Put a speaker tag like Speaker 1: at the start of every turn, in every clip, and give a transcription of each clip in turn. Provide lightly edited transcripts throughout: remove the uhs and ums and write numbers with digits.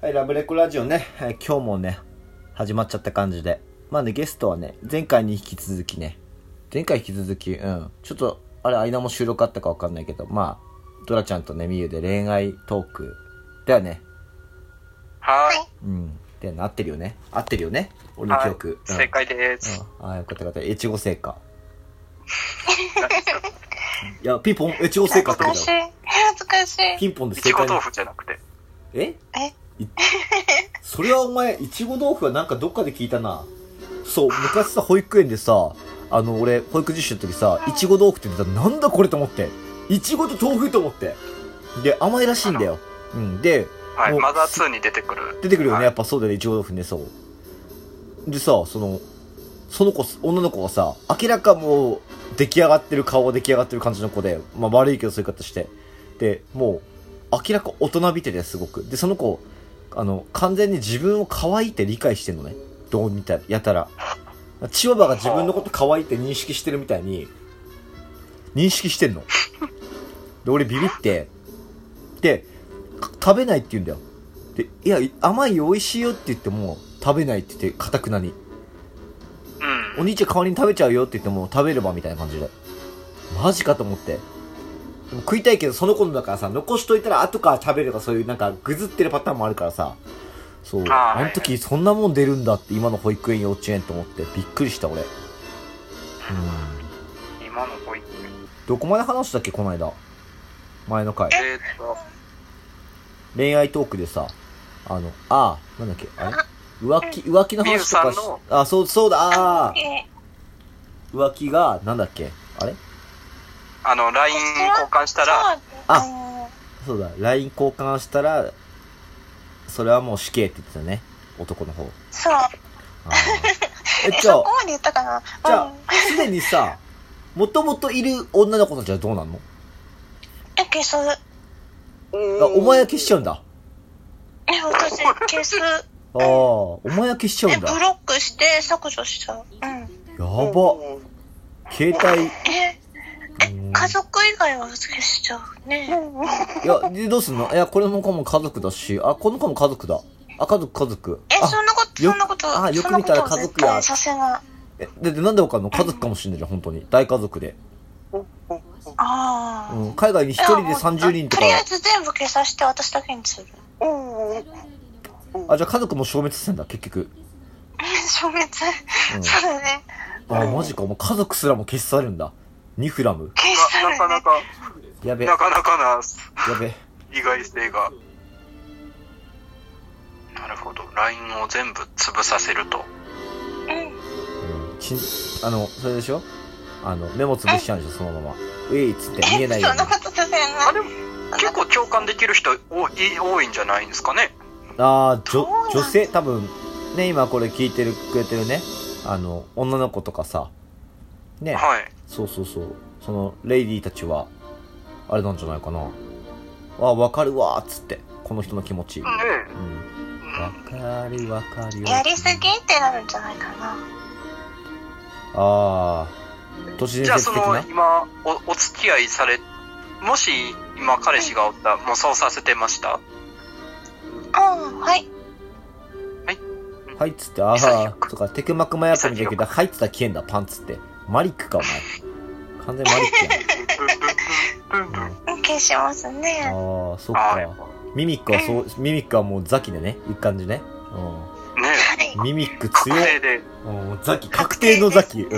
Speaker 1: はい、ラブレコラジオね、今日もね、始まっちゃった感じで。まあね、ゲストはね、前回に引き続き、ちょっと、間も収録あったかわかんないけど、まあ、ドラちゃんとね、みゆで恋愛トークではね、
Speaker 2: はい。
Speaker 1: で、合ってるよね。俺の記憶。
Speaker 2: はい、正解です。
Speaker 1: よかった。越後製菓。いや、ピンポン、越後製菓ってことだよ。
Speaker 3: 恥ずかしい。
Speaker 1: ピンポンで正解。
Speaker 2: いちご豆腐じゃなくて。
Speaker 1: それはお前、いちご豆腐はなんかどっかで聞いたな。そう、昔さ、保育園でさ、俺、保育実習の時さ、いちご豆腐って言ってたら、なんだこれと思って。いちごと豆腐と思って。で、甘いらしいんだよ。で、
Speaker 2: はい、マザー2に出てくる
Speaker 1: よね、
Speaker 2: はい、
Speaker 1: やっぱそうだよね、いちご豆腐ね、そう。でさ、その子、女の子がさ、明らかもう、顔が出来上がってる感じの子で、まあ悪いけどそういう方して。で、もう、明らか大人びててすごく。で、その子、完全に自分を可愛いって理解してんのね。どう見たら、やたら。チワワが自分のこと可愛いって認識してるみたいに、認識してんの。で、俺ビビって、で、食べないって言うんだよ。で、いや、甘いよ、美味しいよって言っても、食べないって言って、堅くなに。お兄ちゃん代わりに食べちゃうよって言っても、食べればみたいな感じで。マジかと思って。でも食いたいけど、その子のだからさ、残しといたら後から食べればそういうなんか、ぐずってるパターンもあるからさ。そう。あの時、そんなもん出るんだって、今の保育園幼稚園と思って、びっくりした、俺。
Speaker 2: 今の保育園。
Speaker 1: どこまで話したっけ、この間。前の回。恋愛トークでさ、なんだっけ、浮気の話とかそうだ、浮気が、なんだっけ、
Speaker 2: LINE 交換したら、
Speaker 1: そうだ、LINE 交換したら、それはもう死刑って言ってたね、男の方。
Speaker 3: そう。
Speaker 1: じゃあ、
Speaker 3: そこまで言ったかな。
Speaker 1: じゃあ、すでにさ、もともといる女の子たちはどうなんの？
Speaker 3: 消す。
Speaker 1: お前は消しちゃうんだ。
Speaker 3: 私、消す。
Speaker 1: お前は消しちゃうんだ。
Speaker 3: ブロックして削除しちゃう。
Speaker 1: やば。携帯。
Speaker 3: 家族以外は消しちゃうね。
Speaker 1: いや、で、どうすんの？いや、これも家族だし、この子も家族だ。家族。
Speaker 3: そんなこと。
Speaker 1: よく見たら家族や。
Speaker 3: させない。
Speaker 1: で、なんでわかんの？家族かもしんないじゃん、本当に。大家族で。海外に一人で30人とか。
Speaker 3: とりあえず全部消させて私だけにする。
Speaker 1: じゃあ家族も消滅してんだ、結局。
Speaker 3: 消滅、そうだね。
Speaker 1: マジか、もう家族すらも消し去るんだ。2フラム。
Speaker 3: 消し去る、ね。
Speaker 2: なかなかな意外性が。なるほど。LINE を全部潰させると。
Speaker 1: それでしょ？メモ潰しちゃうんでしょ、そのまま。っつって見えないように。
Speaker 3: そんなことさせない。
Speaker 2: でも、結構共感できる人多いんじゃないんですかね。
Speaker 1: 女性、多分、ね、今これ聞いてくれてるね、女の子とかさ、ね。
Speaker 2: はい。
Speaker 1: そう。その、レイディーたちは、あれなんじゃないかな。わかるわーっつって、この人の気持ち。わかる。
Speaker 3: やりすぎってなるんじゃないかな。
Speaker 1: 都市伝
Speaker 2: じゃあ
Speaker 1: 説的な。
Speaker 2: 今お付き合いされ、もし今彼氏がおったら、もうそうさせてました？
Speaker 1: はいっつって、とか、テクマクマヤコみたいなけど、はいっつったら消えんだ、パンツって。マリックか、お前。完全にマリックやん。
Speaker 3: 消しますね。
Speaker 1: そっか。ミミックはもうザキでね、いい感じね。ミミック強い。ザキ、確定のザキ。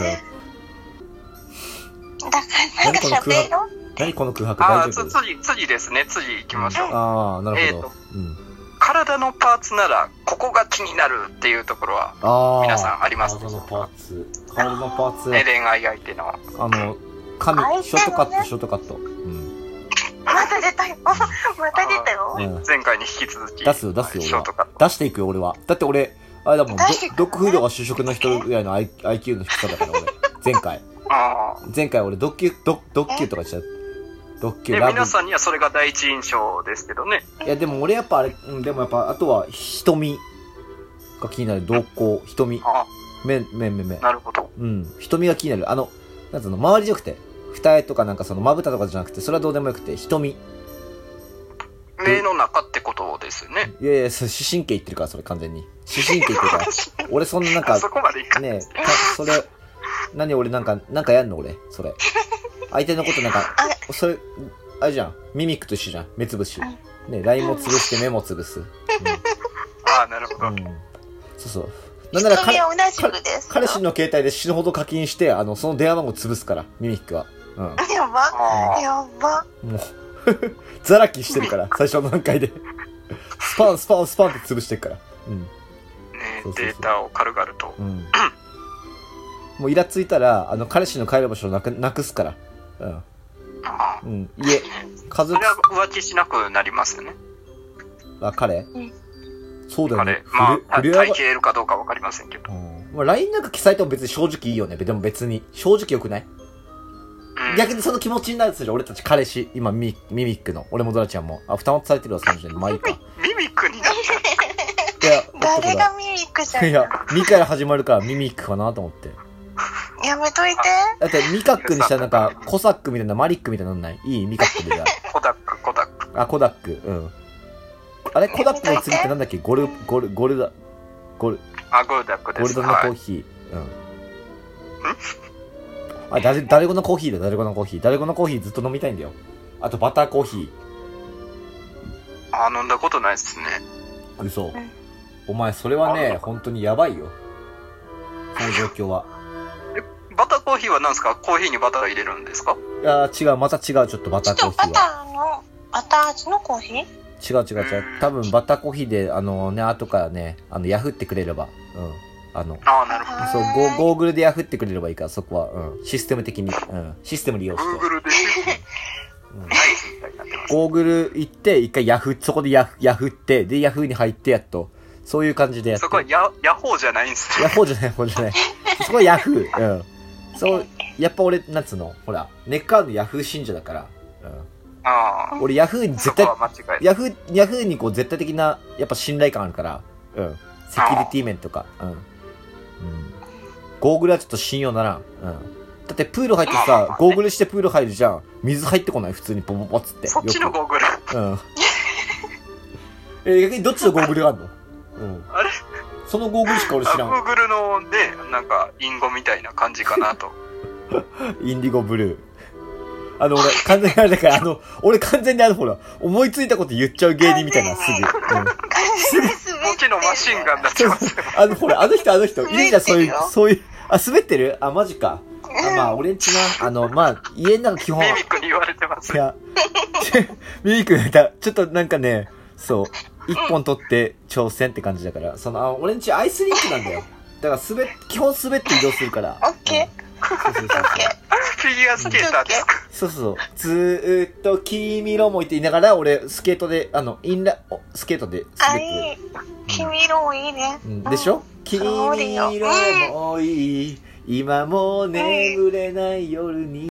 Speaker 1: 何この空白大丈夫？
Speaker 2: 次ですね。次行きましょう。
Speaker 1: なるほど。
Speaker 2: 体のパーツならここが気になるっていうところは皆さんありますか？
Speaker 1: 体のパーツ。
Speaker 2: 恋愛相手の
Speaker 1: ショートカット。
Speaker 3: また出たよ。
Speaker 2: 前回に引き続き
Speaker 1: 出すよ。出していくよ、俺は。だって俺、あれだもん、ドッグフードが主食の人ぐらいの IQ の低さだから、俺。前回俺、ドッキュとかしちゃう。
Speaker 2: 皆さんにはそれが第一印象ですけどね。
Speaker 1: いや、でも俺やっぱあとは瞳が気になる。瞳。目。
Speaker 2: なるほど。
Speaker 1: 瞳が気になる。なんつうの、周りじゃなくて、二重とかなんかそのまぶたとかじゃなくて、それはどうでもよくて、瞳。
Speaker 2: 目の中ってことですね。
Speaker 1: いやいや、視神経言ってるから、それ完全に。視神経言ってるから。俺そんななんか、
Speaker 2: そこまでいか
Speaker 1: ねえ、それ、何俺なんかやんの俺、それ。相手のことなんか、それ、あれじゃん。ミミックと一緒じゃん。目つぶし。ね、ラインも潰して目も潰す。
Speaker 2: ああ、なるほど。
Speaker 1: そうそう。なんなら
Speaker 3: 彼
Speaker 1: 氏の携帯で死ぬほど課金して、その電話番号潰すから、ミミックは。
Speaker 3: やば。やば。
Speaker 1: もう、ザラキしてるから、最初の段階で。スパンって潰してるから。
Speaker 2: データを軽々と。
Speaker 1: もうイラついたら、彼氏の帰る場所をなくすから。家族。
Speaker 2: それは浮気しなくなりますよね。
Speaker 1: あ、彼？そうだよね。
Speaker 2: まあ、体型得るかどうかわかりませんけど。
Speaker 1: まあ、LINE なんか記載とも別に正直いいよね。でも別に。正直よくない？逆にその気持ちになるとする俺たち彼氏、今ミミックの。俺もドラちゃんも。あ、二股されてるわ、彼女に。まあいいか。
Speaker 2: ミミックになった
Speaker 1: いや、
Speaker 3: 誰がミミックじゃん。
Speaker 1: いや、ミから始まるからミミックかなと思って。
Speaker 3: やめといて。
Speaker 1: だってミカックにしたらなんか、コサックみたいな、マリックみたいなのない？いいミカックでじゃあ。
Speaker 2: コダック。
Speaker 1: あ、コダック。あれ、コダックの次ってなんだっけ？ゴルダ。
Speaker 2: あ、ゴルダックです。
Speaker 1: ゴルダのコーヒー。ダレゴのコーヒーだ、ダレゴのコーヒー。ダレゴのコーヒーずっと飲みたいんだよ。あとバターコーヒ
Speaker 2: ー。飲んだことないっすね。
Speaker 1: 嘘。お前、それはね、本当にやばいよ。その状況は。
Speaker 2: バターコーヒーは何ですか？コーヒーにバター入れるんですか？
Speaker 1: いや違う、また違う、ちょっとバターコーヒーは。
Speaker 3: バター味のコーヒー？
Speaker 1: 違う。多分バターコーヒーで、後からね、ヤフってくれれば。
Speaker 2: なるほど。
Speaker 1: そう、ゴーグルでヤフってくれればいいから、そこは。システム的に。システム利用して。
Speaker 2: ゴーグルで。
Speaker 1: ゴーグル行って、一回ヤフ、そこでヤフって、で、ヤフに入ってやっと。そういう感じでやって。
Speaker 2: そこはヤホーじゃないんです
Speaker 1: よ。ヤホーじゃない。そこはヤフ。そう、やっぱ俺、なんつうの、ほら、根っからのヤフー信者だから。俺ヤフーに絶対、ヤフーにこう絶対的な、やっぱ信頼感あるから、セキュリティ面とか、ゴーグルはちょっと信用ならん。だってプール入ってさ、ゴーグルしてプール入るじゃん。水入ってこない普通にポポポっつって。
Speaker 2: そっちのゴーグ
Speaker 1: ル。逆にどっちのゴーグルがあるの？
Speaker 2: あれ？
Speaker 1: そのゴーグルしか俺知らん。
Speaker 2: ゴーグルのね、なんか、インゴみたいな感じかなと。
Speaker 1: インディゴブルー。俺、完全にあれだから、俺完全にほら、思いついたこと言っちゃう芸人みたいな、すぐ。
Speaker 2: もちろんマシンガンになってます。
Speaker 1: ほら、あの人、いるじゃん、そういう、滑ってる？あ、マジか。まあ、俺んちな、まあ、家の中基本。
Speaker 2: ミミックに言われてます。
Speaker 1: いや、ミミックがちょっとなんかね、そう、一本取って挑戦って感じだから、俺んちアイスリンクなんだよ。だから基本滑って移動するから。
Speaker 3: オッケー。
Speaker 2: フィギュアスケーターですか？
Speaker 1: そう。ずーっと君色もいって言いながら、俺、スケートで、スケートで滑ってる。
Speaker 3: 君色もいいね。
Speaker 1: でしょ？君色もいい。今も眠れない夜に。